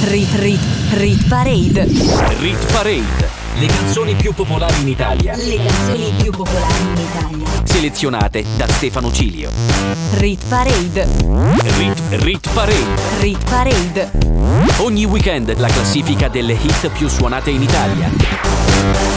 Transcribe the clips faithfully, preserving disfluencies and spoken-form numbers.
Rit Rit Rit Parade. Rit Parade. Le canzoni più popolari in Italia. Le canzoni più popolari in Italia. Selezionate da Stefano Cilio. Rit Parade. Rit Rit Parade. Rit Parade. Ogni weekend la classifica delle hit più suonate in Italia.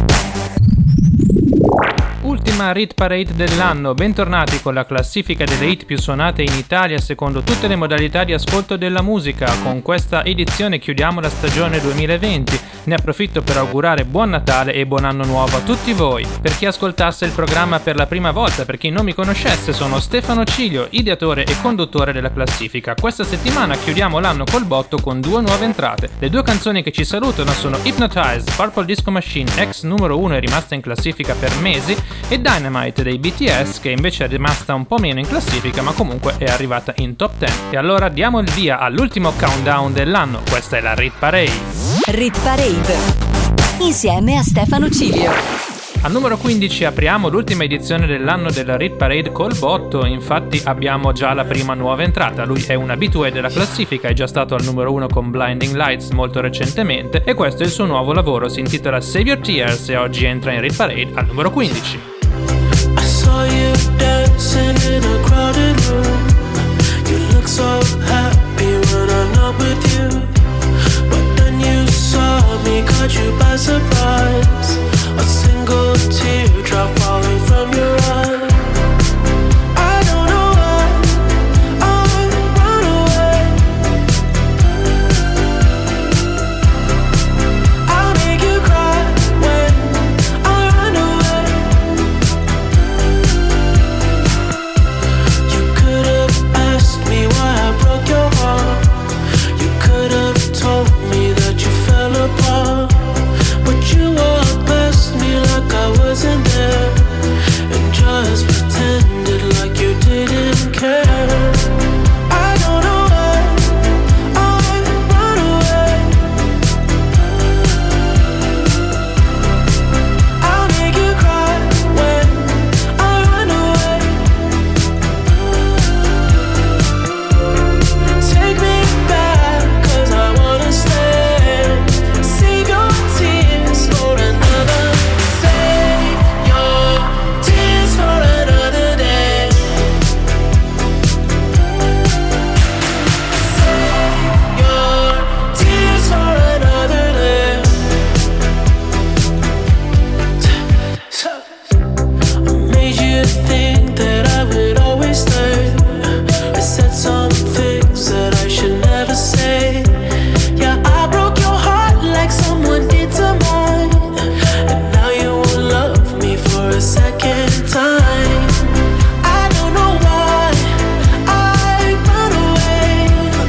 Ultima Rit Parade dell'anno, bentornati con la classifica delle hit più suonate in Italia secondo tutte le modalità di ascolto della musica. Con questa edizione chiudiamo la stagione duemilaventi, ne approfitto per augurare buon Natale e buon anno nuovo a tutti voi. Per chi ascoltasse il programma per la prima volta, per chi non mi conoscesse, sono Stefano Cilio, ideatore e conduttore della classifica. Questa settimana chiudiamo l'anno col botto con due nuove entrate. Le due canzoni che ci salutano sono Hypnotize, Purple Disco Machine, ex numero uno e rimasta in classifica per mesi, e Dynamite dei B T S, che invece è rimasta un po' meno in classifica ma comunque è arrivata in top dieci. E allora diamo il via all'ultimo countdown dell'anno. Questa è la Rit Parade. Rit Parade insieme a Stefano Cilio. Al numero quindici apriamo l'ultima edizione dell'anno della Rit Parade col botto. Infatti abbiamo già la prima nuova entrata. Lui è un abitué della classifica, è già stato al numero uno con Blinding Lights molto recentemente e questo è il suo nuovo lavoro, si intitola Save Your Tears e oggi entra in Rit Parade al numero quindici. Saw you dancing in a crowded room. You look so happy when I'm not with you. But then you saw me, caught you by surprise. A single teardrop falling from your eye. I don't know why I run away. I'll make you cry when I run away. You could have asked me why I broke your heart. You could have told me that you fell apart. But you walked past me like I wasn't there and just pretended like you didn't care. I don't know why I run away. I'll make you cry when I run away. Take me back, cause I wanna stay. Save your tears for another. Save your tears for another day. Save your tears for another day. So, I made you think that I would always stay. I said some things that I should never say. Yeah, I broke your heart like someone did to mine. And now you won't love me for a second time. I don't know why I run away.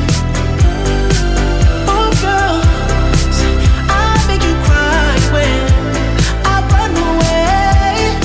Oh girl, I make you cry when I run away.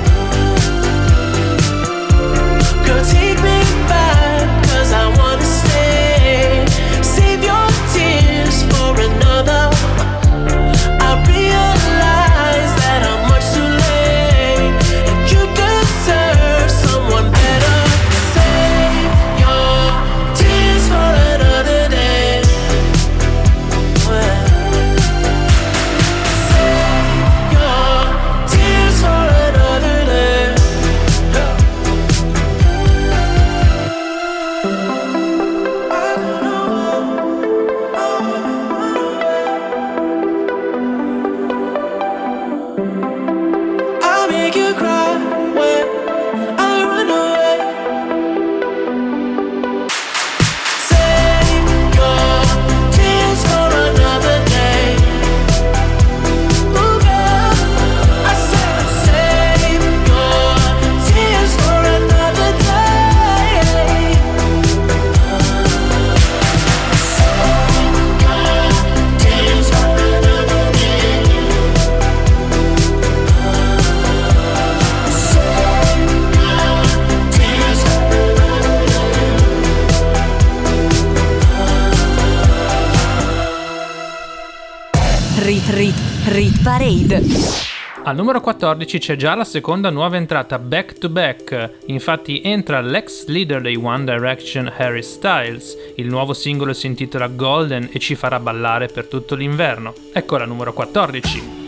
Girl, take me back, cause I wanna stay. Save your tears for another. I realize that I'm much too late, and you deserve someone better. Save your tears for another day. Well, save your tears for another day. I don't know why I run away. I'll make you cry when I run away. Save your tears for another day. Ooh, girl, I said save your tears for another day. Save your tears for another day. Rit Rit Rit Parade. Al numero quattordici c'è già la seconda nuova entrata back to back, infatti entra l'ex leader dei One Direction Harry Styles, il nuovo singolo si intitola Golden e ci farà ballare per tutto l'inverno. Ecco la numero quattordici.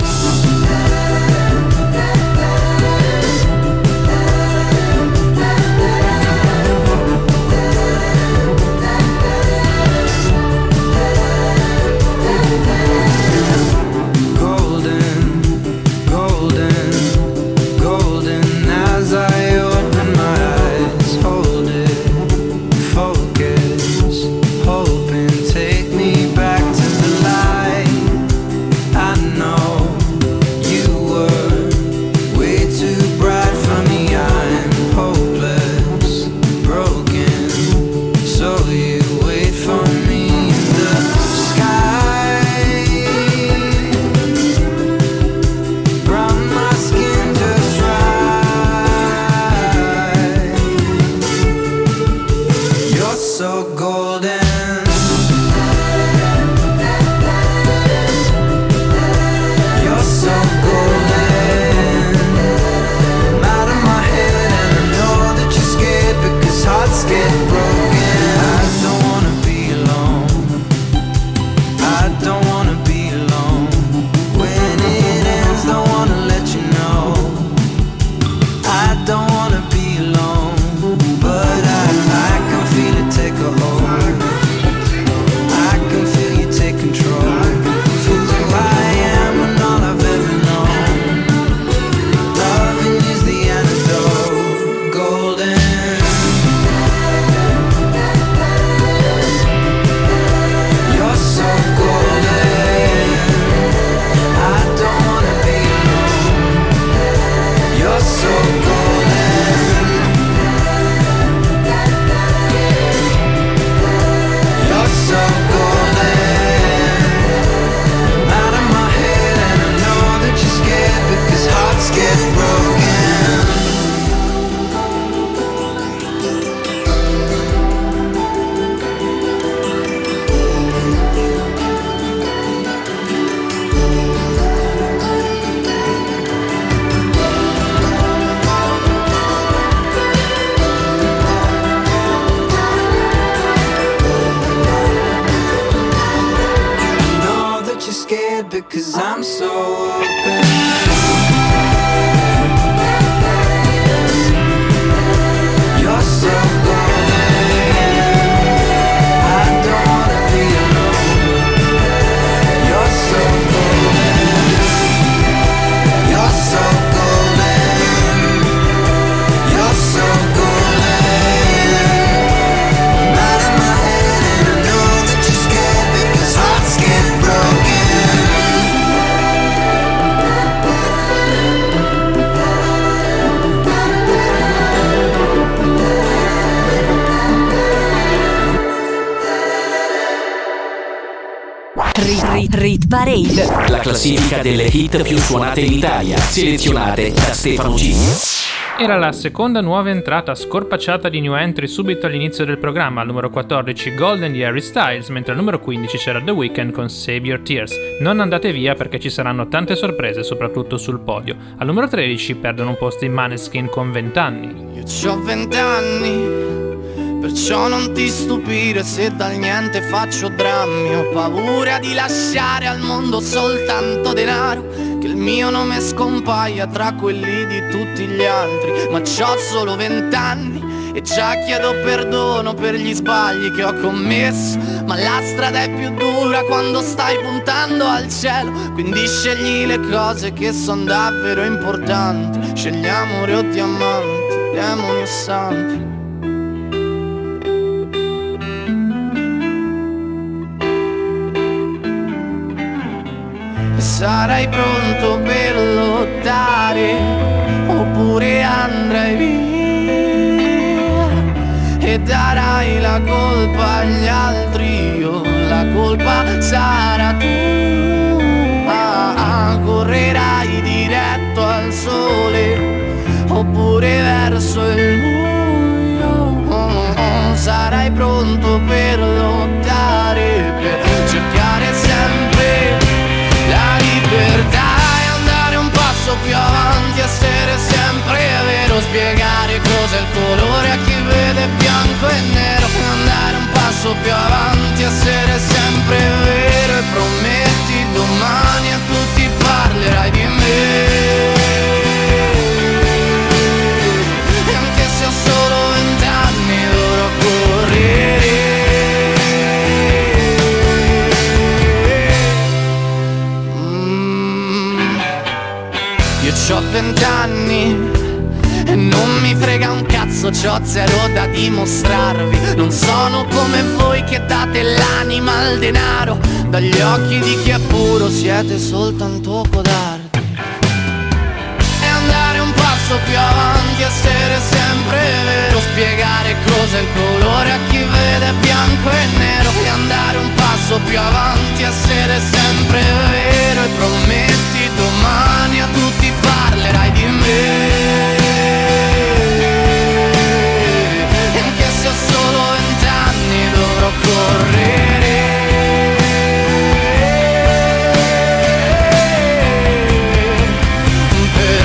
Cause I'm so open. You're so golden. I don't wanna be alone. You're so golden. You're so golden. You're so golden. I'm out of my head and I know that you're scared because hearts get broken. Rit, Rit Parade, la classifica delle hit più suonate in Italia, selezionate da Stefano G. Era la seconda nuova entrata scorpacciata di new entry subito all'inizio del programma, al numero quattordici Golden di Harry Styles, mentre al numero quindici c'era The Weeknd con Save Your Tears. Non andate via perché ci saranno tante sorprese, soprattutto sul podio. Al numero tredici perdono un posto in Maneskin con vent'anni. Io c'ho vent'anni, perciò non ti stupire se dal niente faccio drammi. Ho paura di lasciare al mondo soltanto denaro, che il mio nome scompaia tra quelli di tutti gli altri. Ma c'ho solo vent'anni e già chiedo perdono per gli sbagli che ho commesso. Ma la strada è più dura quando stai puntando al cielo, quindi scegli le cose che son davvero importanti. Scegli amore o diamanti, demoni o santi. Sarai pronto per lottare oppure andrai via e darai la colpa agli altri. Io la colpa sarà tua. Correrai diretto al sole oppure verso il buio. Sarai pronto per lottare, per cercare sempre la libertà e andare un passo più passo più avanti, essere sempre vero, e prometti domani a tutti parlerai di me. E anche se ho solo vent'anni dovrò correre. mm. Io c'ho vent'anni e non mi frega un cazzo, c'ho zero da dimostrarvi. Non sono come voi che date l'anima al denaro. Dagli occhi di chi è puro siete soltanto codardi. E andare un passo più avanti, essere sempre vero, spiegare cos'è il colore a chi vede bianco e nero. E andare un passo più avanti, essere sempre vero, e prometti domani a tutti parlerai di me. Se ho solo vent'anni dovrò correre. Per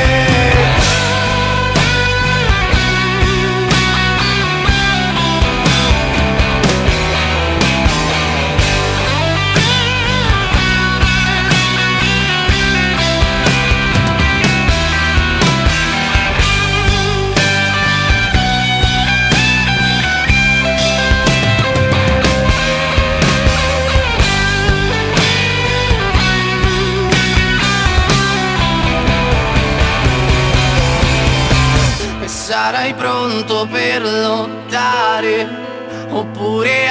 sarai pronto per lottare, oppure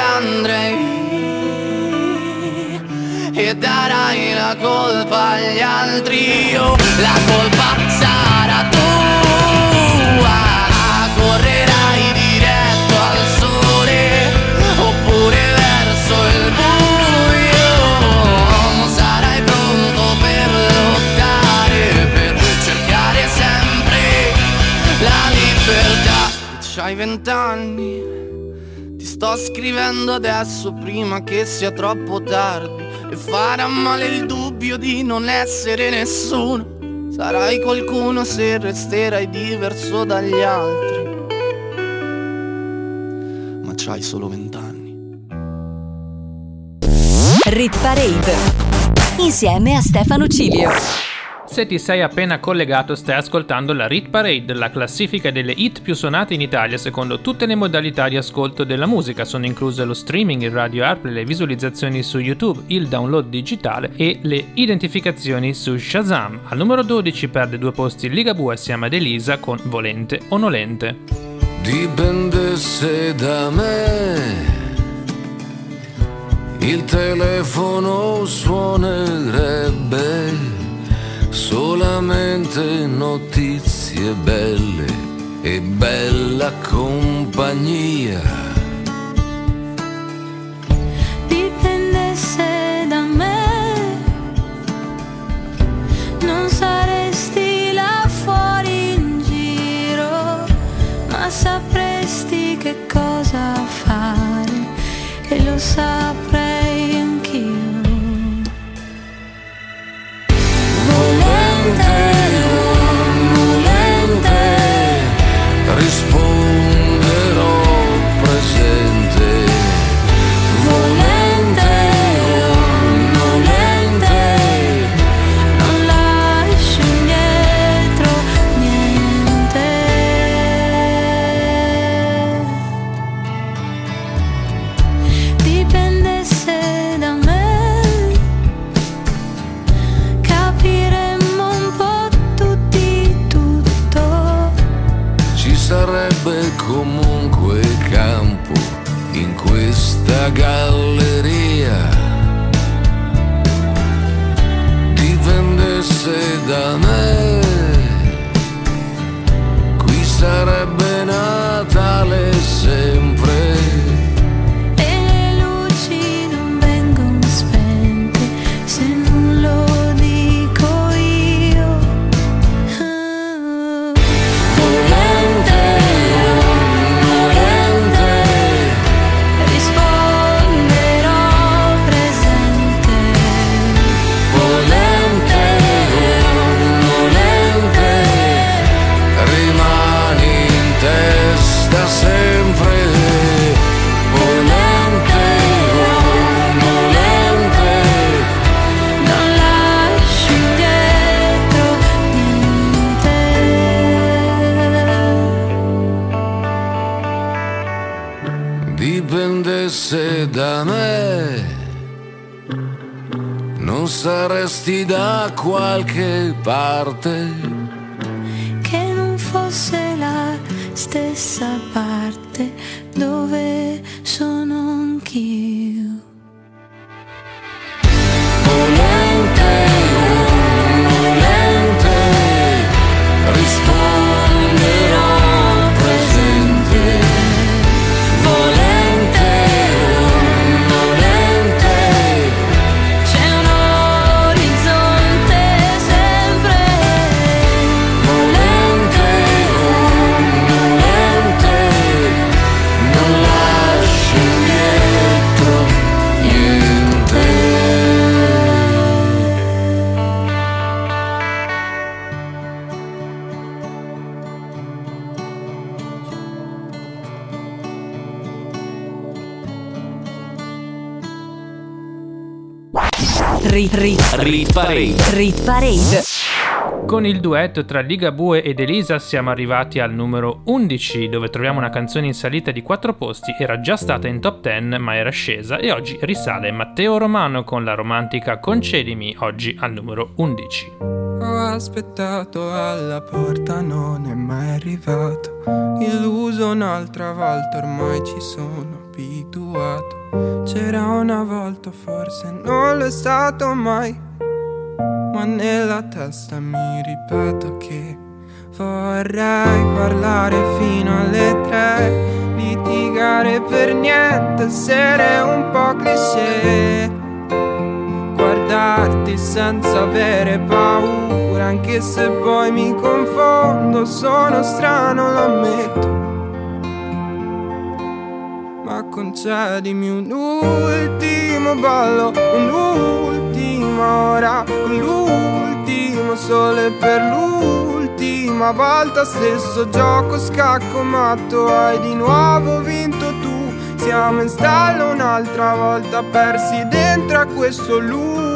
andrei e darai la colpa agli altri. Io la colpa sarà tua, correrai diretto al sole, oppure verso il buio. Sarai pronto per lottare, per cercare sempre la libertà. C'hai vent'anni, ti sto scrivendo adesso prima che sia troppo tardi, e farà male il dubbio di non essere nessuno. Sarai qualcuno se resterai diverso dagli altri, ma c'hai solo vent'anni. Rit Parade insieme a Stefano Cilio. Se ti sei appena collegato, stai ascoltando la Rit Parade, la classifica delle hit più suonate in Italia secondo tutte le modalità di ascolto della musica. Sono incluse lo streaming, il radio Airplay, le visualizzazioni su YouTube, il download digitale e le identificazioni su Shazam. Al numero dodici perde due posti Ligabue assieme ad Elisa con Volente o Nolente. Dipendesse da me, il telefono suonerebbe solamente notizie belle e bella compagnia. Dipendesse da me, non saresti là fuori in giro, ma sapresti che cosa fare, e lo saprei anch'io. Risponderò non saresti da qualche parte, che non fosse la stessa parte dove sono anch'io. Volente o volente risponderò presente, volente o volente C'è un orizzonte sempre, volente o volente non lascio indietro niente. Rit, rit, Rit Parade. rit parade. Con il duetto tra Ligabue ed Elisa siamo arrivati al numero undici, dove troviamo una canzone in salita di quattro posti. Era già stata in top dieci ma era scesa, e oggi risale Matteo Romano con la romantica Concedimi, oggi al numero undici. Ho aspettato alla porta, non è mai arrivato. Illuso un'altra volta, ormai ci sono abituato. C'era una volta, forse non l'è stato mai, ma nella testa mi ripeto che vorrei parlare fino alle tre, litigare per niente, essere un po' cliché, guardarti senza avere paura, anche se poi mi confondo, sono strano, lo ammetto. Ma concedimi un ultimo ballo, un'ultima ora, con l'ultimo sole per l'ultima volta. Stesso gioco, scacco matto, hai di nuovo vinto tu. Siamo in stallo un'altra volta, persi dentro a questo loop.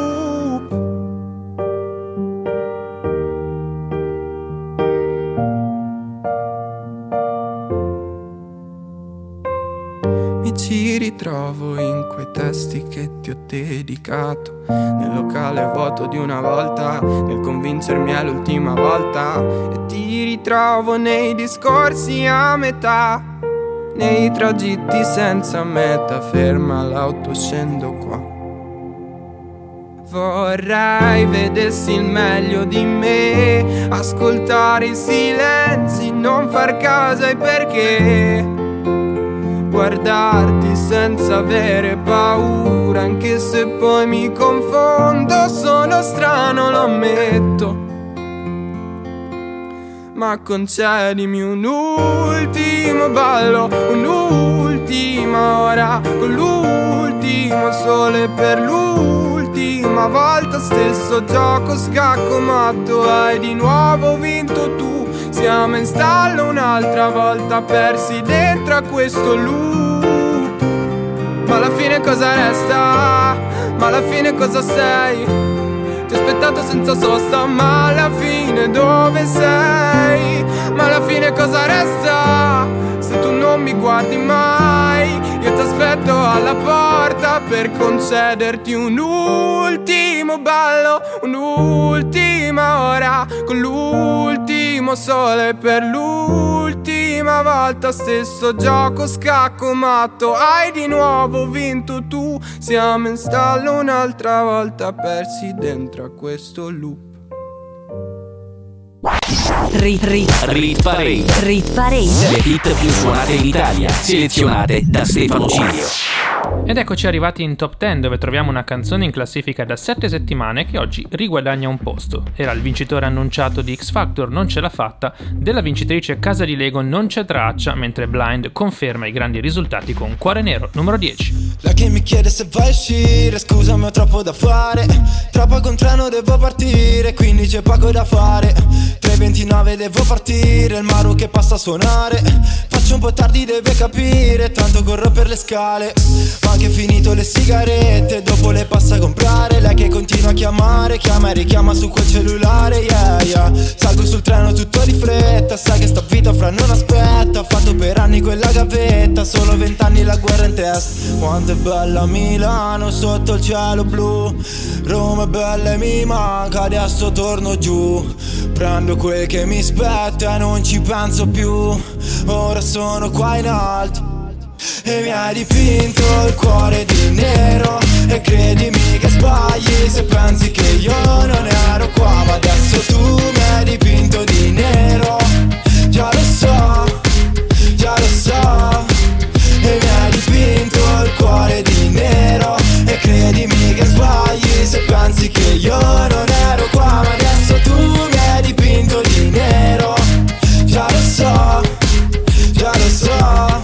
Mi ci ritrovo in quei testi che ti ho dedicato, nel locale vuoto di una volta, nel convincermi è l'ultima volta. E ti ritrovo nei discorsi a metà, nei tragitti senza meta, ferma l'auto, scendo qua. Vorrei vedessi il meglio di me, ascoltare i silenzi, non far caso ai perché, guardarti senza avere paura, anche se poi mi confondo, sono strano, lo ammetto. Ma concedimi un ultimo ballo, un'ultima ora, con l'ultimo sole per l'ultima volta. Stesso gioco, scacco matto, hai di nuovo vinto tu. Siamo in stallo un'altra volta, persi dentro a questo loop. Ma alla fine cosa resta? Ma alla fine cosa sei? Ti ho aspettato senza sosta, ma alla fine dove sei? Ma alla fine cosa resta? Se tu non mi guardi mai, io ti aspetto alla porta per concederti un ultimo ballo, un'ultima ora, con l'ultimo sole per l'ultima volta. Stesso gioco, scacco matto, hai di nuovo vinto tu. Siamo in stallo un'altra volta, persi dentro a questo loop. Rit, rit, Rit Parade. rit parade. Le hit più suonate in Italia, selezionate da Stefano Cilio. Ed eccoci arrivati in top dieci, dove troviamo una canzone in classifica da sette settimane che oggi riguadagna un posto. Era il vincitore annunciato di X Factor, Non ce l'ha fatta, della vincitrice Casa di Lego Non c'è traccia, mentre Blind conferma i grandi risultati con Cuore Nero, numero dieci. La che mi chiede se vai a uscire, scusami ho troppo da fare, troppo con treno devo partire, quindi c'è poco da fare. tre e ventinove devo partire, il Maru che passa a suonare, faccio un po' tardi deve capire, tanto corro per le scale. Ma anche finito le sigarette, dopo le passa a comprare, lei che continua a chiamare, chiama e richiama su quel cellulare, yeah, yeah. Salgo sul treno tutto di fretta, sai che sta vita fra non aspetta. Ho fatto per anni quella gavetta, solo vent'anni la guerra in testa. Quanto è bella Milano sotto il cielo blu, Roma è bella e mi manca, adesso torno giù. Prendo quel che mi spetta e non ci penso più. Ora sono qua in alto e mi hai dipinto il cuore di nero. E credimi che sbagli se pensi che io non ero qua, ma adesso tu mi hai dipinto di nero. Già lo so, già lo so. E mi hai dipinto il cuore di nero. E credimi che sbagli se pensi che io non ero qua, ma adesso tu mi hai dipinto di nero. Già lo so, già lo so.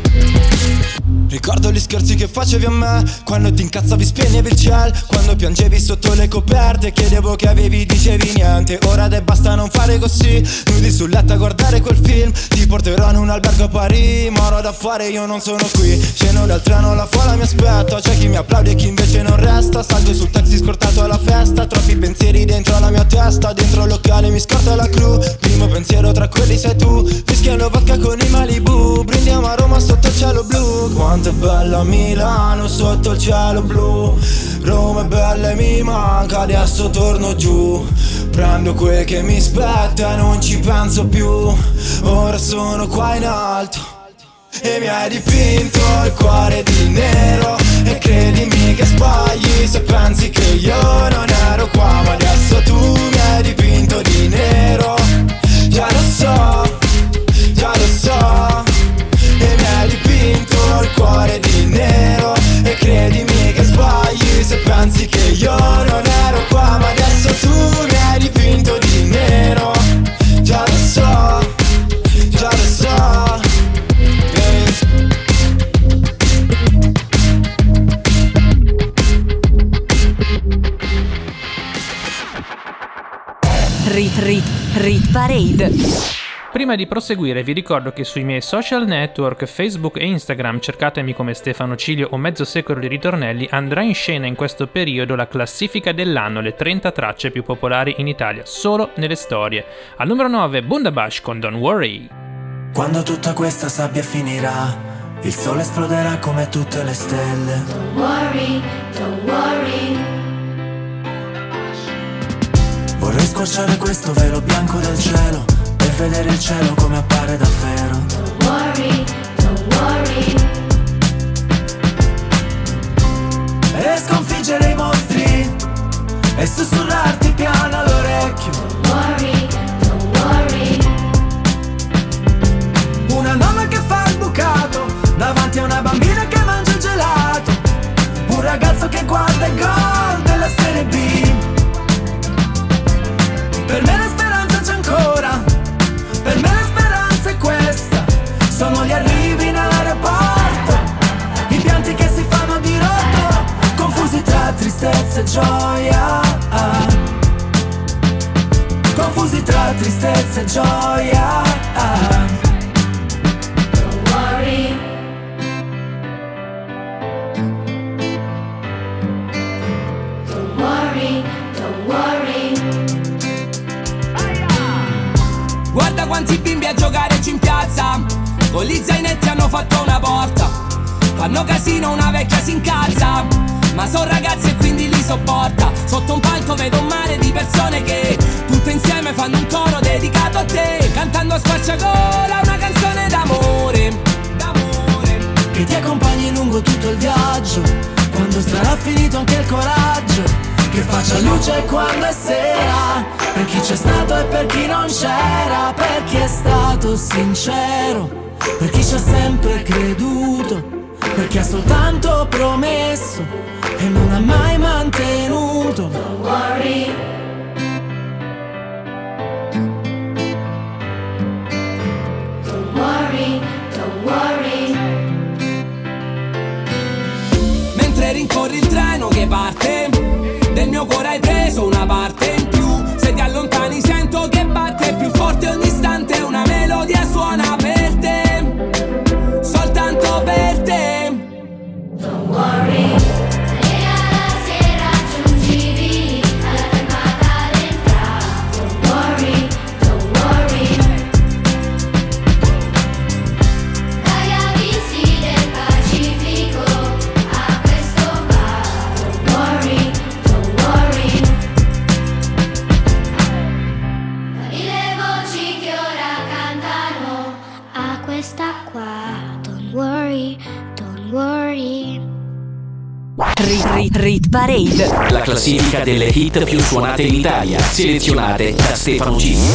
Ricordo gli scherzi che facevi a me, quando ti incazzavi spegnevi il ciel, quando piangevi sotto le coperte, chiedevo che avevi, dicevi niente. Ora te basta non fare così, nudi sul letto a guardare quel film. Ti porterò in un albergo a Parigi, ma ora da fare io non sono qui. Scendo dal treno, la folla mi aspetta, c'è chi mi applaude e chi invece non resta. Salgo sul taxi scortato alla festa, troppi pensieri dentro la mia testa. Dentro il locale mi scorta la crew, primo pensiero tra quelli sei tu. Fischiando vodka con i Malibu, brindiamo a Roma sotto il cielo blu. Quanto è bella Milano sotto il cielo blu, Roma è bella e mi manca, adesso torno giù. Prendo quel che mi spetta e non ci penso più. Ora sono qua in alto e mi hai dipinto il cuore di nero. E credimi che sbagli se pensi che io non ero qua, ma adesso tu mi hai dipinto di nero. Già lo so, già lo so. E mi hai dipinto il cuore di nero. E credimi che sbagli se pensi che io non ero qua, ma adesso tu mi hai dipinto di nero. Già lo so, già lo so, yeah. Rit Rit Rit Parade. Prima di proseguire vi ricordo che sui miei social network Facebook e Instagram, cercatemi come Stefano Cilio o Mezzo Secolo di Ritornelli, andrà in scena in questo periodo la classifica dell'anno, le trenta tracce più popolari in Italia, solo nelle storie. Al numero nove Bundabash con Don't Worry. Quando tutta questa sabbia finirà, il sole esploderà come tutte le stelle. Don't worry, don't worry. Vorrei squarciare questo velo bianco del cielo per vedere il cielo come appare davvero. Don't worry, don't worry. E sconfiggere i mostri e sussurrarti piano all'orecchio. Don't worry, don't worry. Una nonna che fa il bucato davanti a una bambina che mangia il gelato. Un ragazzo che guarda il gol della Serie B. Per me la speranza c'è ancora, per me la speranza è questa. Sono gli arrivi in aeroporto, i pianti che si fanno di rotto, confusi tra tristezza e gioia. Confusi tra tristezza e gioia. Don't worry. Don't worry, don't worry. Guarda quanti bimbi a giocare in piazza, con gli zainetti hanno fatto una porta. Fanno casino, una vecchia si incazza, ma son ragazzi e quindi li sopporta. Sotto un palco vedo un mare di persone che tutte insieme fanno un coro dedicato a te, cantando a squarciagola una canzone d'amore, d'amore, che ti accompagni lungo tutto il viaggio, quando sarà finito anche il coraggio. Che faccia luce quando è sera, per chi c'è stato e per chi non c'era, per chi è stato sincero, per chi ci ha sempre creduto, per chi ha soltanto promesso e non ha mai mantenuto. Don't worry. Don't worry, don't worry. mentre rincorri il treno che parte, del mio cuore hai preso una parte in più. Se ti allontani sento che batte più forte ogni istante, una melodia suona per te, soltanto per te. Don't worry. Se alla sera giungi Rit Parade. La classifica delle hit più suonate in Italia, selezionate da Stefano Cilio.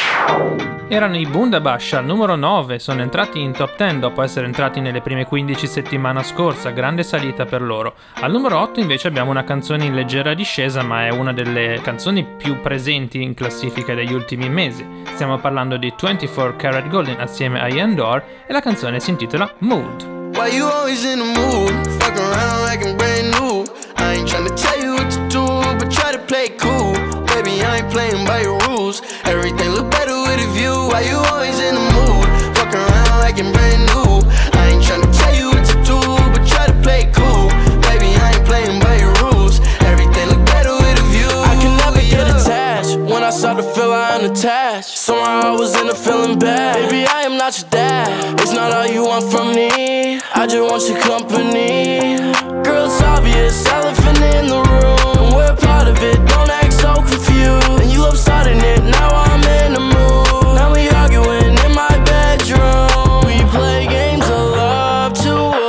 Erano i Bundabash al numero nove, sono entrati in top dieci dopo essere entrati nelle prime quindici settimana scorsa, grande salita per loro. Al numero otto invece abbiamo una canzone in leggera discesa, ma è una delle canzoni più presenti in classifica degli ultimi mesi. Stiamo parlando di ventiquattro Karat Golden assieme a Yandor e la canzone si intitola Mood. Why you always in the mood? Fuck around like I'm brand new. I ain't tryna tell you what to do, but try to play cool. Baby, I ain't playing by your rules. Everything look better with a view. Why you always in the mood? Fuck around like I'm brand new. I ain't tryna tell you what to do, but try to play cool. Baby, I ain't playing by your rules. Everything look better with a view. I can never yeah. get attached. When I start to feel I unattached, somehow I was in a feeling bad. Baby, I am not your dad. It's not all you want from me. I just want your company. Girl, it's obvious, elephant in the room. We're part of it, don't act so confused. And you love starting it, now I'm in the mood. Now we arguing in my bedroom. We play games of love to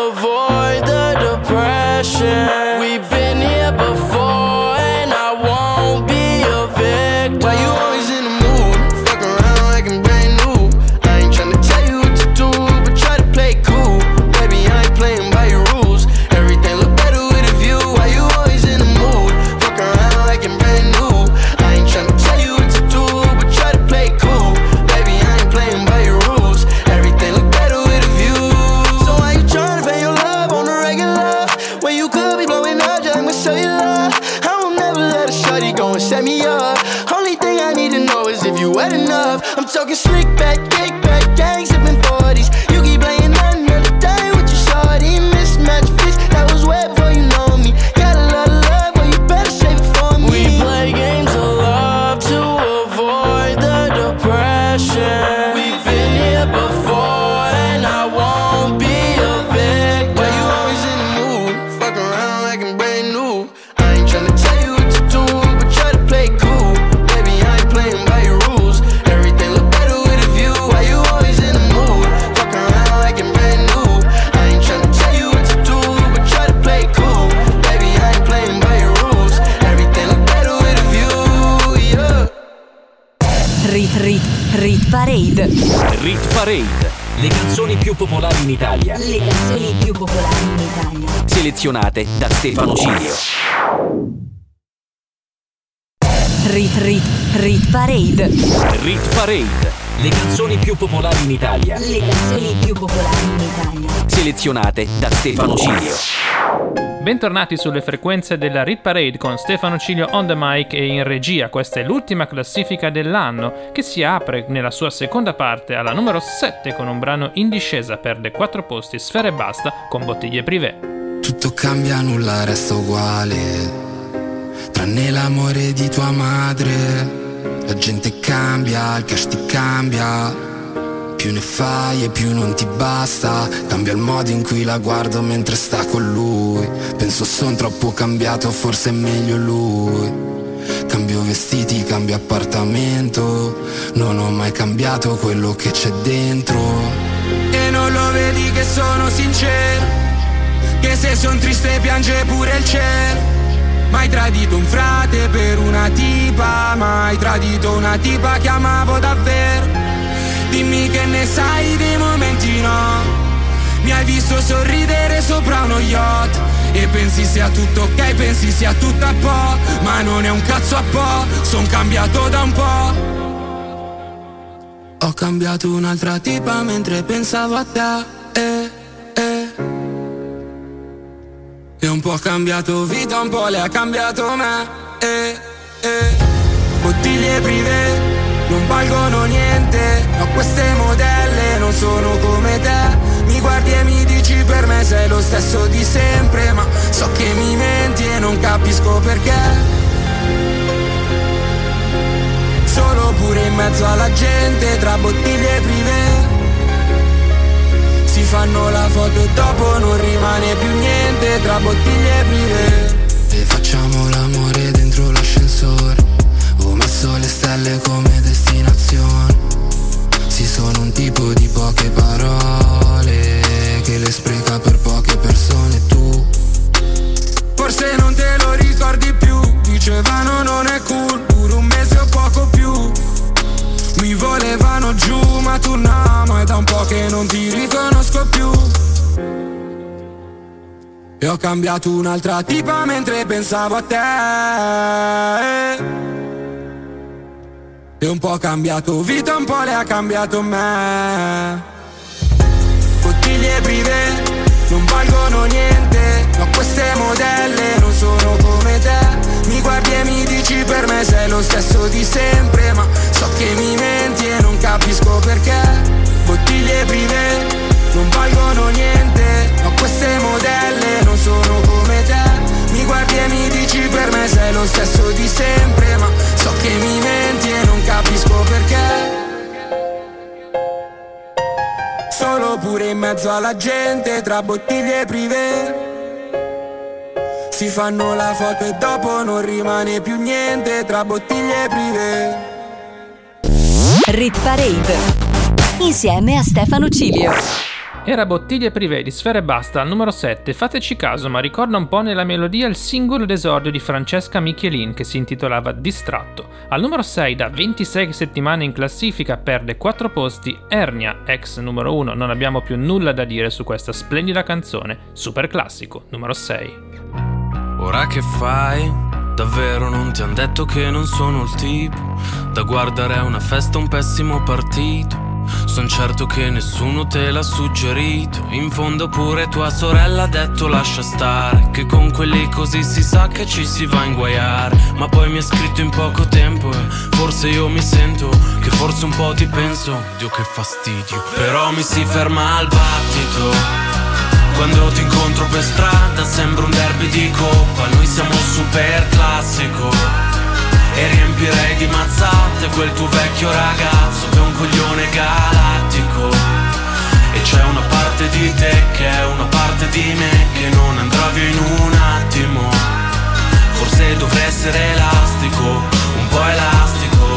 avoid the depression. We've been here before and I won't be a victim. Why you always in the mood? Fuck around like I'm brand new. I ain't tryna tell you what to do, but try to play cool. Baby, I ain't playing by your rules. Everything look better with a view. Why you always in the mood? Fuck around like I'm brand new. I ain't tryna tell you what to do, but try to play cool. Baby, I ain't playing by your rules. Everything look better with a view. So why you tryna pay your love on the regular when you could be blowing up just like my cellular? I will never let a shawty go and set me up. Only thing I need to know is if you wet enough. I'm talking slick back, kick back, gang sipping forties. You keep playing another day with your shawty. Mismatch fish that was wet before you know me. Got a lot of love, but you better save it for me. We play games of love to avoid the depression. We've been here before and I won't be a victim. Why you always in the mood? Fuck around like I'm brand new. I ain't tryna tell you what to do, but try to play cool. Baby, I ain't playing by your rules. Everything look better with a view. Why you always in the mood? Fuck around like I'm brand new. I ain't tryna tell you what to do, but try to play cool. Baby, I ain't playing by your rules. Everything look better with a view, yeah. Rit Rit Rit Parade. Rit Parade, le canzoni più popolari in Italia, Le canzoni più popolari in Italia, selezionate da Stefano Cilio. Rit Rit Rit Parade. Rit Parade, le canzoni più popolari in Italia, Le canzoni più popolari in Italia, selezionate da Stefano Cilio. Bentornati sulle frequenze della Rit Parade con Stefano Cilio on the mic e in regia. Questa è l'ultima classifica dell'anno che si apre nella sua seconda parte alla numero sette con un brano in discesa, perde quattro posti, Sfera Ebbasta con Bottiglie Privé. Tutto cambia, nulla resta uguale, tranne l'amore di tua madre. La gente cambia, il cash ti cambia, più ne fai e più non ti basta. Cambia il modo in cui la guardo mentre sta con lui. Penso son troppo cambiato, forse è meglio lui. Cambio vestiti, cambio appartamento, non ho mai cambiato quello che c'è dentro. E non lo vedi che sono sincero, che se son triste piange pure il cielo. Mai tradito un frate per una tipa, mai tradito una tipa che amavo davvero. Dimmi che ne sai dei momenti no, mi hai visto sorridere sopra uno yacht e pensi sia tutto ok, pensi sia tutto a po', ma non è un cazzo a po', son cambiato da un po'. Ho cambiato un'altra tipa mentre pensavo a te, eh, eh. E un po' ha cambiato vita, un po' le ha cambiato me, eh, eh. Bottiglie privé non valgono niente, no, queste modelle non sono come te. Mi guardi e mi dici per me sei lo stesso di sempre, ma so che mi menti e non capisco perché. Solo pure in mezzo alla gente, tra bottiglie privé, si fanno la foto e dopo non rimane più niente, tra bottiglie privé. E facciamo l'amore dentro l'ascensore, ho messo le stelle come destinazione. Sì, sono un tipo di poche parole, che le spreca per poche persone. Tu forse non te lo E ho cambiato un'altra tipa mentre pensavo a te. E un po' cambiato vita, un po' le ha cambiato me. Bottiglie privé non valgono niente, ma queste modelle non sono come te. Mi guardi e mi dici per me sei lo stesso di sempre, ma so che mi menti e non capisco perché. Bottiglie privé non valgono niente, ma queste modelle non sono come te. Mi guardi e mi dici per me sei lo stesso di sempre, ma so che mi menti e non capisco perché. Solo pure in mezzo alla gente, tra bottiglie privé, si fanno la foto e dopo non rimane più niente, tra bottiglie privé. Rit Parade insieme a Stefano Cilio. Era Bottiglie privé di Sfera Ebbasta al numero sette. Fateci caso, ma ricorda un po' nella melodia il singolo d'esordio di Francesca Michelin che si intitolava Distratto. Al numero sei, da ventisei settimane in classifica, perde quattro posti Ernia, ex numero uno. Non abbiamo più nulla da dire su questa splendida canzone. Super classico, numero sei. Ora che fai? Davvero non ti han detto che non sono il tipo da guardare a una festa, un pessimo partito. Son certo che nessuno te l'ha suggerito. In fondo pure tua sorella ha detto lascia stare, che con quelli così si sa che ci si va a inguaiare. Ma poi mi ha scritto in poco tempo e forse io mi sento che forse un po' ti penso. Dio che fastidio. Però mi si ferma al battito quando ti incontro per strada, sembra un derby di coppa. Noi siamo super classico e riempirei di mazzate quel tuo vecchio ragazzo che è un coglione galattico. E c'è una parte di te che è una parte di me che non andrà via in un attimo. Forse dovrei essere elastico, un po' elastico,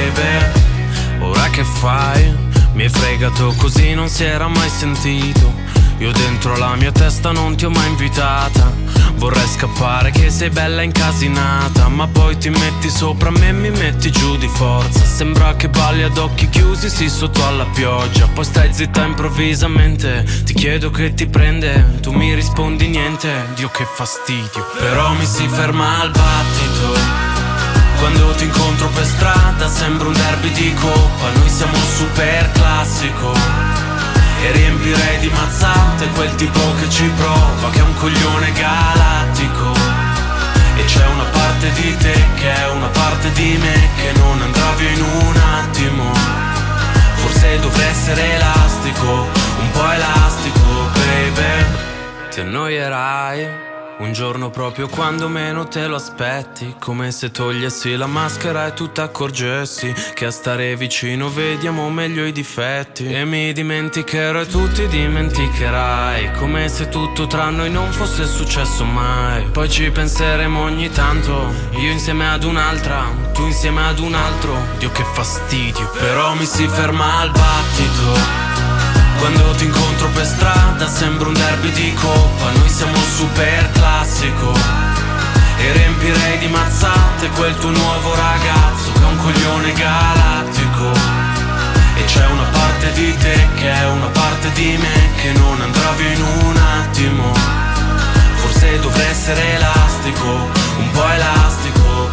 baby. Ora che fai? Mi hai fregato così, non si era mai sentito. Io dentro la mia testa non ti ho mai invitata. Vorrei scappare che sei bella incasinata, ma poi ti metti sopra me e mi metti giù di forza. Sembra che balli ad occhi chiusi, sì, sotto alla pioggia. Poi stai zitta improvvisamente, ti chiedo che ti prende, tu mi rispondi niente. Dio che fastidio. Però mi si ferma al battito quando ti incontro per strada, sembra un derby di coppa. Noi siamo super classico e riempirei di mazzate quel tipo che ci prova, che è un coglione galattico. E c'è una parte di te che è una parte di me che non andrà via in un attimo. Forse dovrei essere elastico, un po' elastico, baby. Ti annoierai un giorno proprio quando meno te lo aspetti, come se togliessi la maschera e tu t'accorgessi che a stare vicino vediamo meglio i difetti. E mi dimenticherò e tu ti dimenticherai, come se tutto tra noi non fosse successo mai. Poi ci penseremo ogni tanto, io insieme ad un'altra, tu insieme ad un altro. Dio che fastidio. Però mi si ferma al battito quando ti incontro per strada, sembra un derby di coppa. Noi siamo super classico e riempirei di mazzate quel tuo nuovo ragazzo che è un coglione galattico. E c'è una parte di te che è una parte di me che non andrà via in un attimo. Forse dovrei essere elastico, un po' elastico,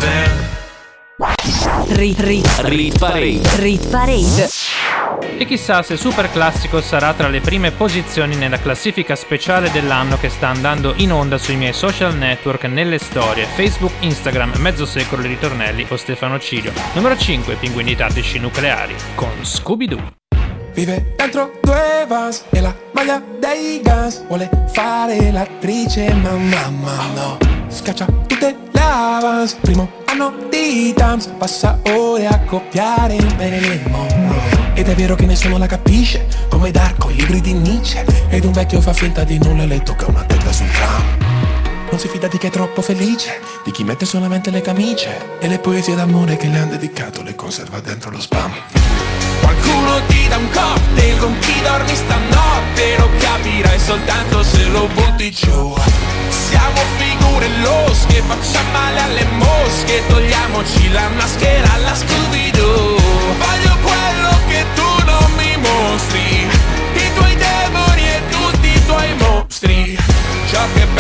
baby. Rit, rit, Rit Parade. Rit Parade. E chissà se Super Classico sarà tra le prime posizioni nella classifica speciale dell'anno che sta andando in onda sui miei social network, nelle storie Facebook, Instagram, Mezzo Secolo di Ritornelli o Stefano Cilio. Numero cinque, Pinguini Tattici Nucleari con Scooby-Doo. Vive dentro due vans e la maglia dei Guns. Vuole fare l'attrice ma mamma no. Scaccia tutte le avance. Primo anno di Tams, passa ore a copiare Marilyn Monroe. Ed è vero che nessuno la capisce, come Darko, i libri di Nietzsche. Ed un vecchio fa finta di nulla e le tocca una testa sul tram. Non si fida di chi è troppo felice, di chi mette solamente le camicie. E le poesie d'amore che le han dedicato le conserva dentro lo spam. Qualcuno ti dà un cocktail, con chi dormi stanotte lo capirai soltanto se lo butti giù. Siamo figure losche, facciamo male alle mosche, togliamoci la maschera alla Scooby-Doo. Voglio quello che tu non mi mostri, i tuoi demoni e tutti i tuoi mostri. Ciò che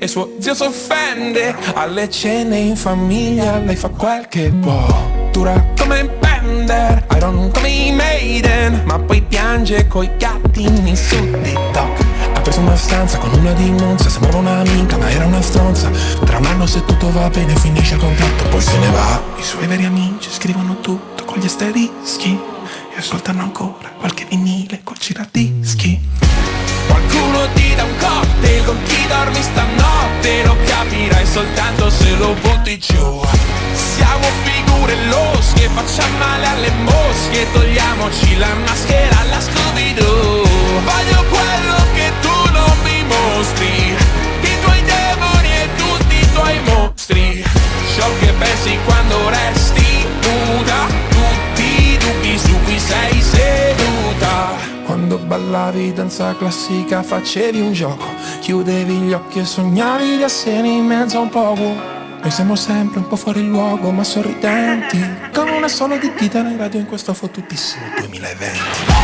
e suo zio s'offende. Alle cene in famiglia lei fa quel che può, dura come Bender, Iron come i Maiden, ma poi piange coi gattini su TikTok. Ha preso una stanza con una di Monza, sembrava un'amica ma era una stronza. Tra un anno se tutto va bene finisce il contratto, poi se ne va. I suoi veri amici scrivono tutto con gli asterischi e ascoltano ancora qualche vinile col giradischi. Qualcuno ti dà un cocktail con chi dormi stanotte, lo capirai soltanto se lo butti giù. Siamo figure losche, facciamo male alle mosche, togliamoci la maschera alla Scooby-Doo. Voglio quello che tu non mi mostri, i tuoi demoni e tutti i tuoi mostri. Ciò che pensi quando resti nuda, tutti i dubbi su cui sei seduta. Quando ballavi danza classica facevi un gioco, chiudevi gli occhi e sognavi di essere in mezzo a un poco. Noi siamo sempre un po' fuori luogo ma sorridenti, con una sola di dita in radio in questo fottutissimo duemilaventi.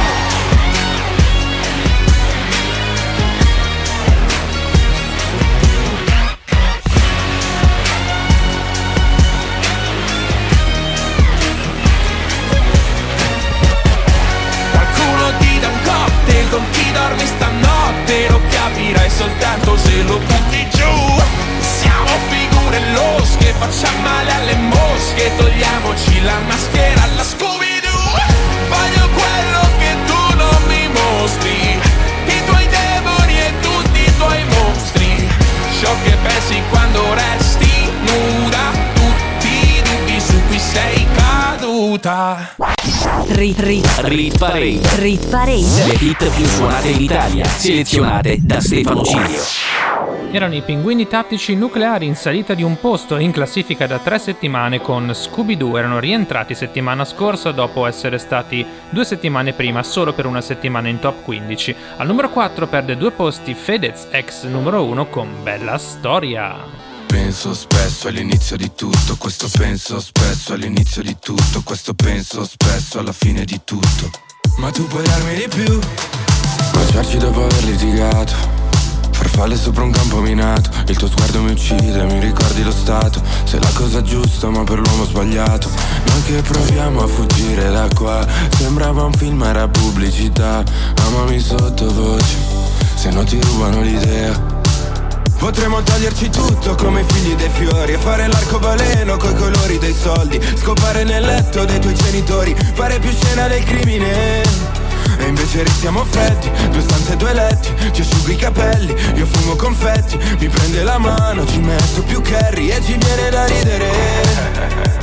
Con chi dormi stanotte lo capirai soltanto se lo butti giù. Siamo figure losche, facciamo male alle mosche, togliamoci la maschera alla Scooby-Doo. Voglio quello che tu non mi mostri, i tuoi demoni e tutti i tuoi mostri. Ciò che pensi quando resti nuda, tutti i dubbi su cui sei caduta. Rit, rit, Rit Parade. Rit Parade. Le hit più suonate in Italia, selezionate da Stefano Cilio. Erano i Pinguini Tattici Nucleari in salita di un posto in classifica da tre settimane con Scooby-Doo. Erano rientrati settimana scorsa dopo essere stati due settimane prima solo per una settimana in top quindici. Al numero quattro perde due posti Fedez, ex numero uno con Bella Storia. Penso spesso all'inizio di tutto, questo penso spesso all'inizio di tutto, questo penso spesso alla fine di tutto. Ma tu puoi darmi di più, baciarci dopo aver litigato, farfalle sopra un campo minato, il tuo sguardo mi uccide, mi ricordi lo stato, sei la cosa giusta ma per l'uomo sbagliato. Noi che proviamo a fuggire da qua, sembrava un film, era pubblicità. Amami sottovoce, se no ti rubano l'idea. Potremmo toglierci tutto come figli dei fiori e fare l'arcobaleno coi colori dei soldi, scopare nel letto dei tuoi genitori, fare più scena del crimine. E invece restiamo freddi, due stanze e due letti, ti asciughi i capelli, io fumo confetti, mi prende la mano, ci metto più curry e ci viene da ridere.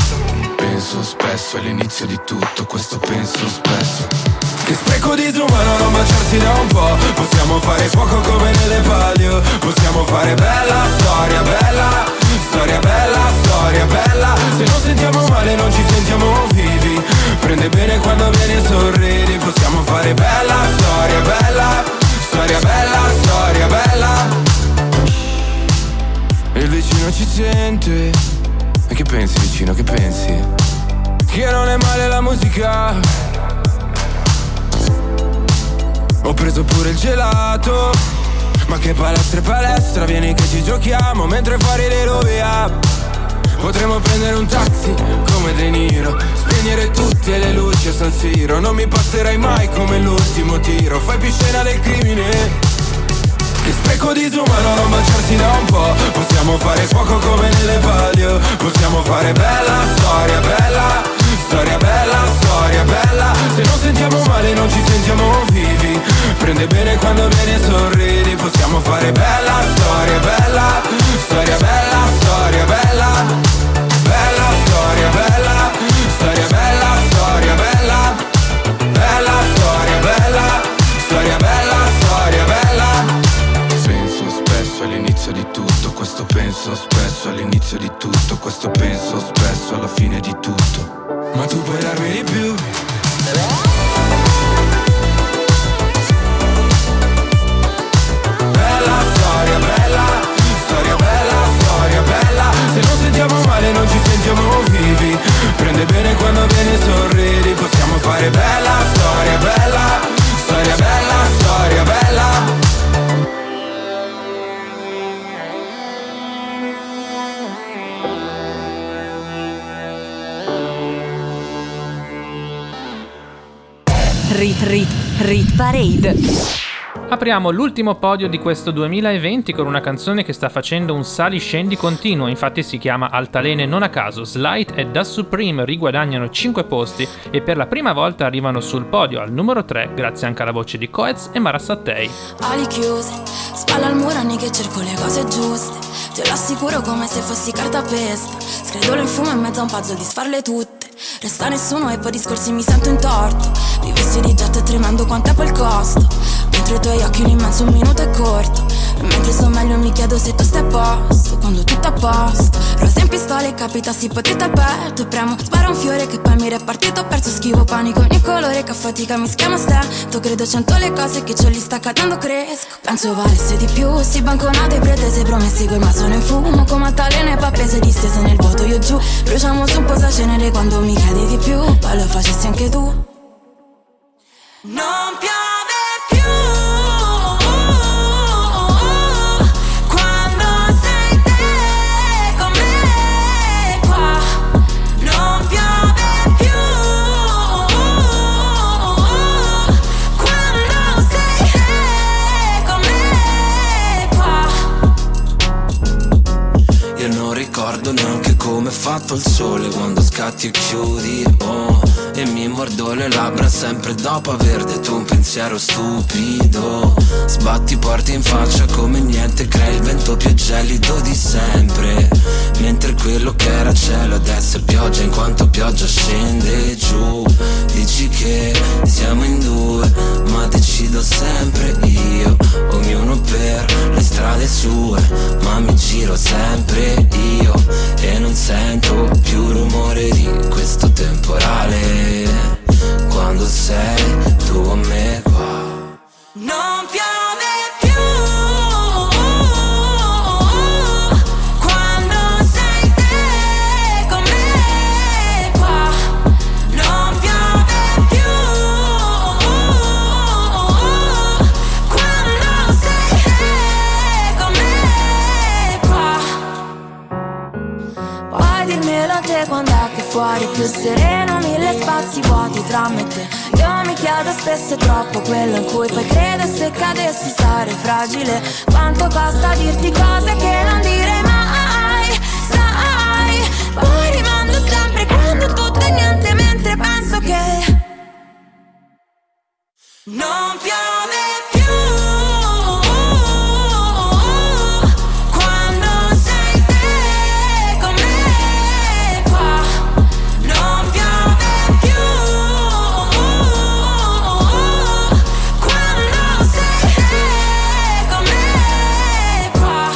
Penso spesso all'inizio di tutto, questo penso spesso. Che spreco disumano non baciarsi da un po', possiamo fare fuoco come nelle palio, possiamo fare bella storia, bella storia, bella storia, bella. Se non sentiamo male non ci sentiamo vivi, prende bene quando vieni e sorridi, possiamo fare bella storia, bella storia, bella storia, bella. E il vicino ci sente, e che pensi vicino, che pensi? Che non è male la musica. Ho preso pure il gelato, ma che palestra e palestra, vieni che ci giochiamo mentre fuori le rovia. Potremmo prendere un taxi come De Niro, spegnere tutte le luci a San Siro, non mi passerai mai come l'ultimo tiro, fai più scena del crimine. Che spreco disumano non baciarsi da un po', possiamo fare fuoco come nelle palio, possiamo fare bella storia, bella storia, bella storia, bella. Se non sentiamo male non ci sentiamo vivi, prende bene quando vieni e sorridi, possiamo fare bella storia, bella storia, bella storia, bella bella storia, bella storia, bella storia, bella bella storia, bella storia, bella storia, bella. Penso spesso all'inizio di tutto, questo penso spesso all'inizio di tutto, questo penso spesso alla fine di tutto. Ma tu puoi darmi di più. Bella storia, bella storia, bella storia, bella. Se non sentiamo male non ci sentiamo vivi, prende bene quando vieni e sorridi, possiamo fare bella storia, bella storia, bella storia, bella. Rit, Rit Parade. Apriamo l'ultimo podio di questo duemilaventi con una canzone che sta facendo un sali-scendi continuo, infatti si chiama Altalene non a caso. Slight e Da Supreme riguadagnano cinque posti e per la prima volta arrivano sul podio al numero tre grazie anche alla voce di Coez e Mara Sattei. Ali chiuse, spalla al muro anni che cerco le cose giuste, te lo assicuro come se fossi cartapesta, scredolo in fumo in mezzo a un puzzle di sfarle tutte, resta nessuno e poi discorsi mi sento in torto, vivessi di getto e tremando quanto è poi il costo, mentre i tuoi occhi un immenso un minuto è corto, e mentre sto meglio mi chiedo se tu stai a posto, quando tutto a posto, rosa in pistola e capitassi potete al petto, e premo, spara un fiore che poi mi repartito, ho perso schivo panico ogni colore che a fatica mi schiama stento, credo cento le cose che c'ho lì sta cadendo cresco, penso valesse di più, si banconate pretese promessi quei ma sono in fumo, come altalene pappese distese nel vuoto io giù, bruciamo su un posacenere quando mi chiedi di più, poi lo facessi anche tu. Non piove più quando sei te con me qua, non piove più quando sei te con me qua. Io non ricordo neanche come è fatto il sole quando scatti e chiudi, oh, e mi mordo le labbra sempre dopo aver detto un pensiero stupido. Sbatti porte in faccia come niente, crea il vento più gelido di sempre, mentre quello che era cielo adesso è pioggia in quanto pioggia scende giù. Dici che siamo in due ma decido sempre io, ognuno per le strade sue, ma mi giro sempre io e non sento più rumore di questo temporale quando sei tu con me qua. Non piove più quando sei te con me qua, non piove più quando sei te con me qua. Puoi dirmelo a te quando è che fuori più sereno, mille spazi vuoti tra me e te. Io mi chiedo spesso è troppo quello in cui poi credo, se cadessi sarei fragile. Quanto costa dirti cose che non direi mai, sai. Poi rimando sempre quando tutto è niente, mentre penso che non piove più quando sei te con me qua, non piove più quando sei te con me qua.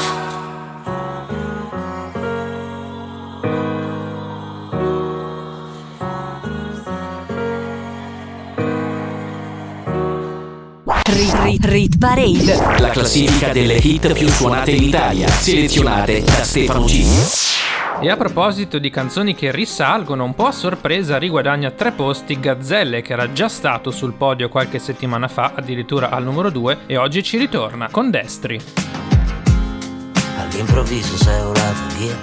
Rit, Rit, Rit Parade. La classifica delle hit più suonate in Italia, selezionate da Stefano G. E a proposito di canzoni che risalgono, un po' a sorpresa riguadagna tre posti Gazzelle, che era già stato sul podio qualche settimana fa, addirittura al numero due, e oggi ci ritorna con Destri. All'improvviso sei volata via,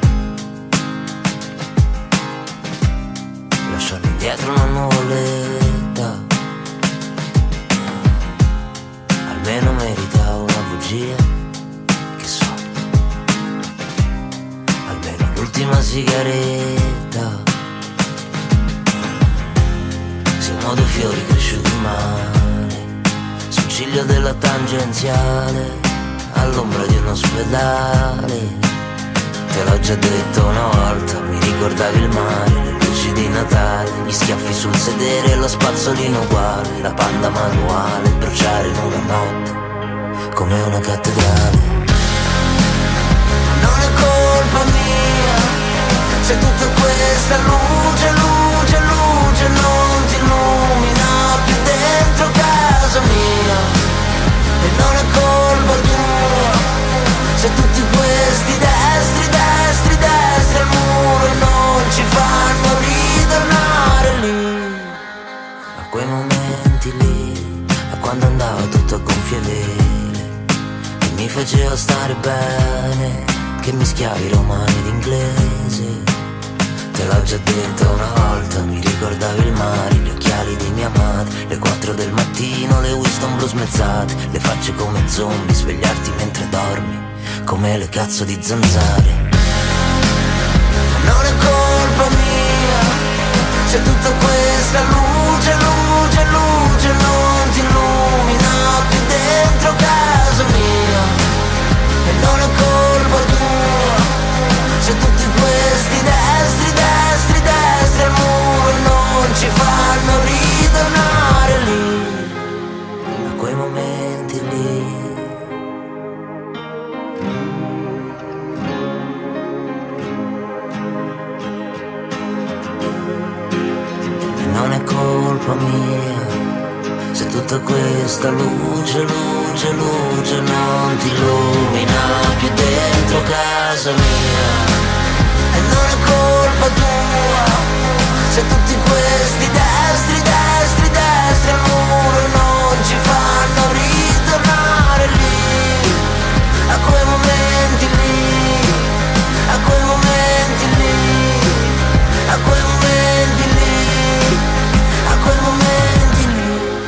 lasciando indietro una nuvoletta. Almeno merita una bugia, che so, almeno l'ultima sigaretta. Siamo due fiori cresciuti male, sul ciglio della tangenziale, all'ombra di un ospedale. Te l'ho già detto una volta, mi ricordavi il mare, le luci di Natale, gli schiaffi sul sedere, lo spazzolino uguale, la panda manuale, bruciare in una notte come una cattedrale. Non è colpa mia se tutta questa luce, luce, luce non ti illumina più dentro casa mia. E non è colpa tua se tutti questi destri, destri, destri al muro non ci fanno ritornare lì, a quei momenti lì, a quando andava tutto a gonfie vele e mi faceva stare bene, che mischiavi romani ed inglese. Te l'ho già detto una volta, mi ricordavi il mare, gli occhiali di mia madre, le quattro del mattino mattino le Winston blu smezzate, le facce come zombie, svegliarti mentre dormi, come le cazzo di zanzare. Non è colpa mia se tutta questa luce, luce, luce non ti illumina più dentro casa mia. E non è colpa tua se tutti questi destri, destri, destri al muro non ci fanno ritornare lì, a quei momenti lì. Non è colpa mia se tutta questa luce, luce, luce non ti illumina più dentro casa mia. E non è colpa tua se tutti questi destri, destri, destri al muro non ci fanno ritornare lì, a quei momenti lì, a quei momenti lì, a quei momenti lì, a quei momenti lì.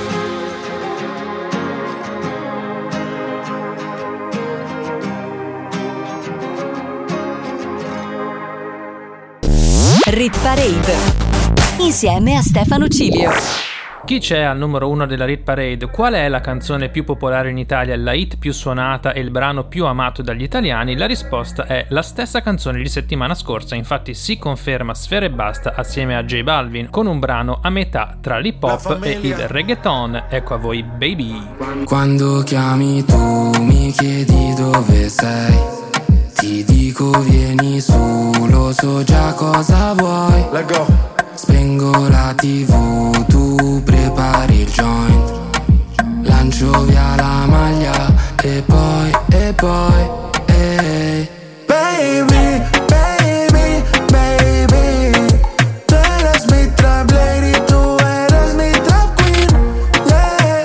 Rit Parade insieme a Stefano Cilio. Chi c'è al numero uno della Rit Parade? Qual è la canzone più popolare in Italia, la hit più suonata e il brano più amato dagli italiani? La risposta è la stessa canzone di settimana scorsa, infatti si conferma Sfera Ebbasta assieme a J Balvin con un brano a metà tra l'hip hop e il reggaeton. Ecco a voi Baby. Quando chiami tu mi chiedi dove sei, ti dico vieni su, lo so già cosa vuoi. Let go. Spengo la tivù, tu prepari il joint, lancio via la maglia e poi, e poi, ehi. Baby, baby, baby, tu eres mi trap lady, tu eres mi trap queen, yeah.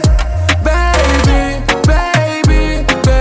Baby, baby,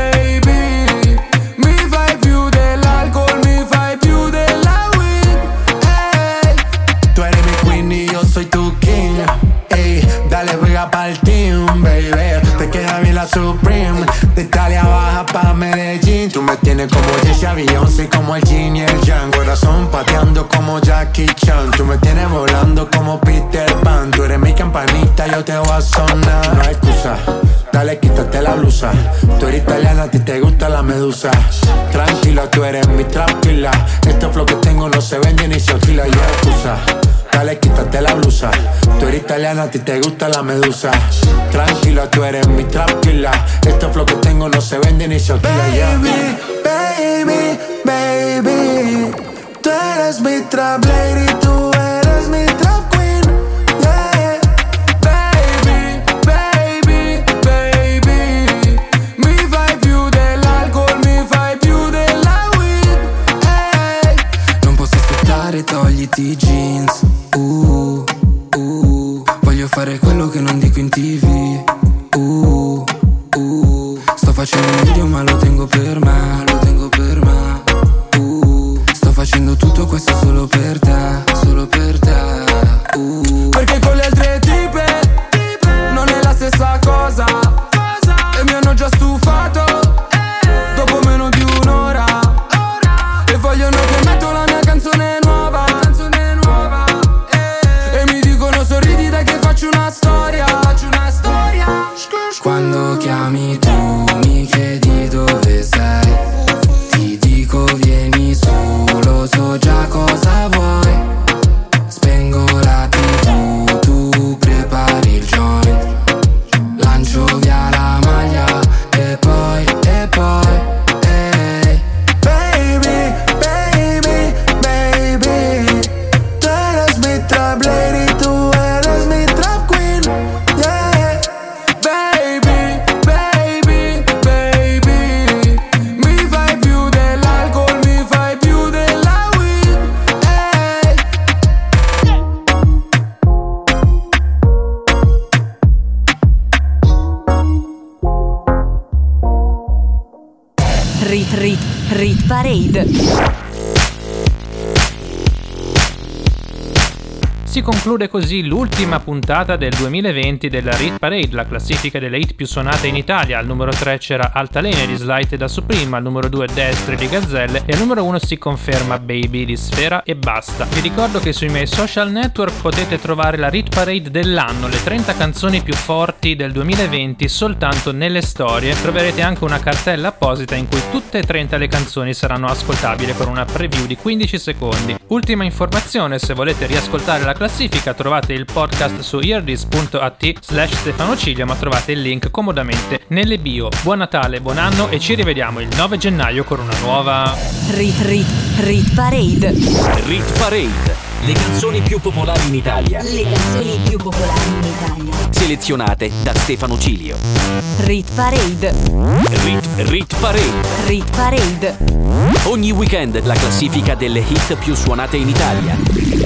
baby, mi fai più dell'alcol, mi fai più della weed, ehi. Tu eres mi queen y yo soy tu king, ey, dale juega pa'l team, baby. Te queda bien la Supreme, de Italia baja pa' Medellín. Tú me tienes como Jessie Beyoncé, como el Jin y el Yang. Corazón pateando como Jackie Chan. Tú me tienes volando como Peter Pan. Tú eres mi campanita, yo te voy a sonar. No hay excusa, dale quítate la blusa. Tú eres italiana, a ti te gusta la medusa. Tranquila, tú eres mi trap killer. Este flow que tengo no se vende ni se alquila. Y no hay excusa, dale quítate la blusa. Tú eres italiana, a ti te gusta la medusa. Tranquila, tú eres mi trap killer. Este flow que tengo no se vende ni se alquila. Baby, baby, baby, tú eres mi trap lady, tú eres mi trap queen, yeah. Baby, baby, baby, mi fai più dell'alcol, mi fai più della weed, hey. Non posso aspettare, togliti i jeans, uh, uh, voglio fare quello che non dico in tv, uh, uh, sto facendo un video ma lo tengo per me, lo tengo per me, uh, sto facendo tutto questo solo per te, solo per te, uh, perché con le altre tipe non è la stessa cosa, e mi hanno già stufato dopo meno di un'ora, e vogliono che metto la mia canzone nuova, canzone nuova, e mi dicono sorridi dai che faccio una storia, faccio una storia. Quando chiami tu mi chiedi dove sei, ti dico vieni su, lo so già cosa vuoi. Spengo la tivù, tu prepari il joint, lancio via la maglia e poi, e poi, ehi. Baby, baby, baby, tu eres mi trap lady, tu eres mi trap queen, yeah. Baby, baby, baby, mi fai più dell'alcol, mi fai più della weed, hey. Rit Rit Rit Parade. si conclude così l'ultima puntata del duemilaventi della Hit Parade, la classifica delle hit più suonate in Italia. Al numero tre c'era Altalena di Slight da Supreme, al numero due Destri di Gazzelle e al numero uno si conferma Baby di Sfera e Basta. Vi ricordo che sui miei social network potete trovare la Hit Parade dell'anno, le trenta canzoni più forti del duemilaventi soltanto nelle storie. Troverete anche una cartella apposita in cui tutte e trenta le canzoni saranno ascoltabili con una preview di quindici secondi. Ultima informazione, se volete riascoltare la classifica trovate il podcast su eardis punto at slash Stefano Cilio, ma trovate il link comodamente nelle bio. Buon Natale, buon anno e ci rivediamo il nove gennaio con una nuova Rit Rit Rit Parade. Rit Parade. Le canzoni più popolari in Italia. Le canzoni più popolari in Italia. Selezionate da Stefano Cilio. Rit Parade. Rit Rit Parade. Rit Parade. Ogni weekend la classifica delle hit più suonate in Italia.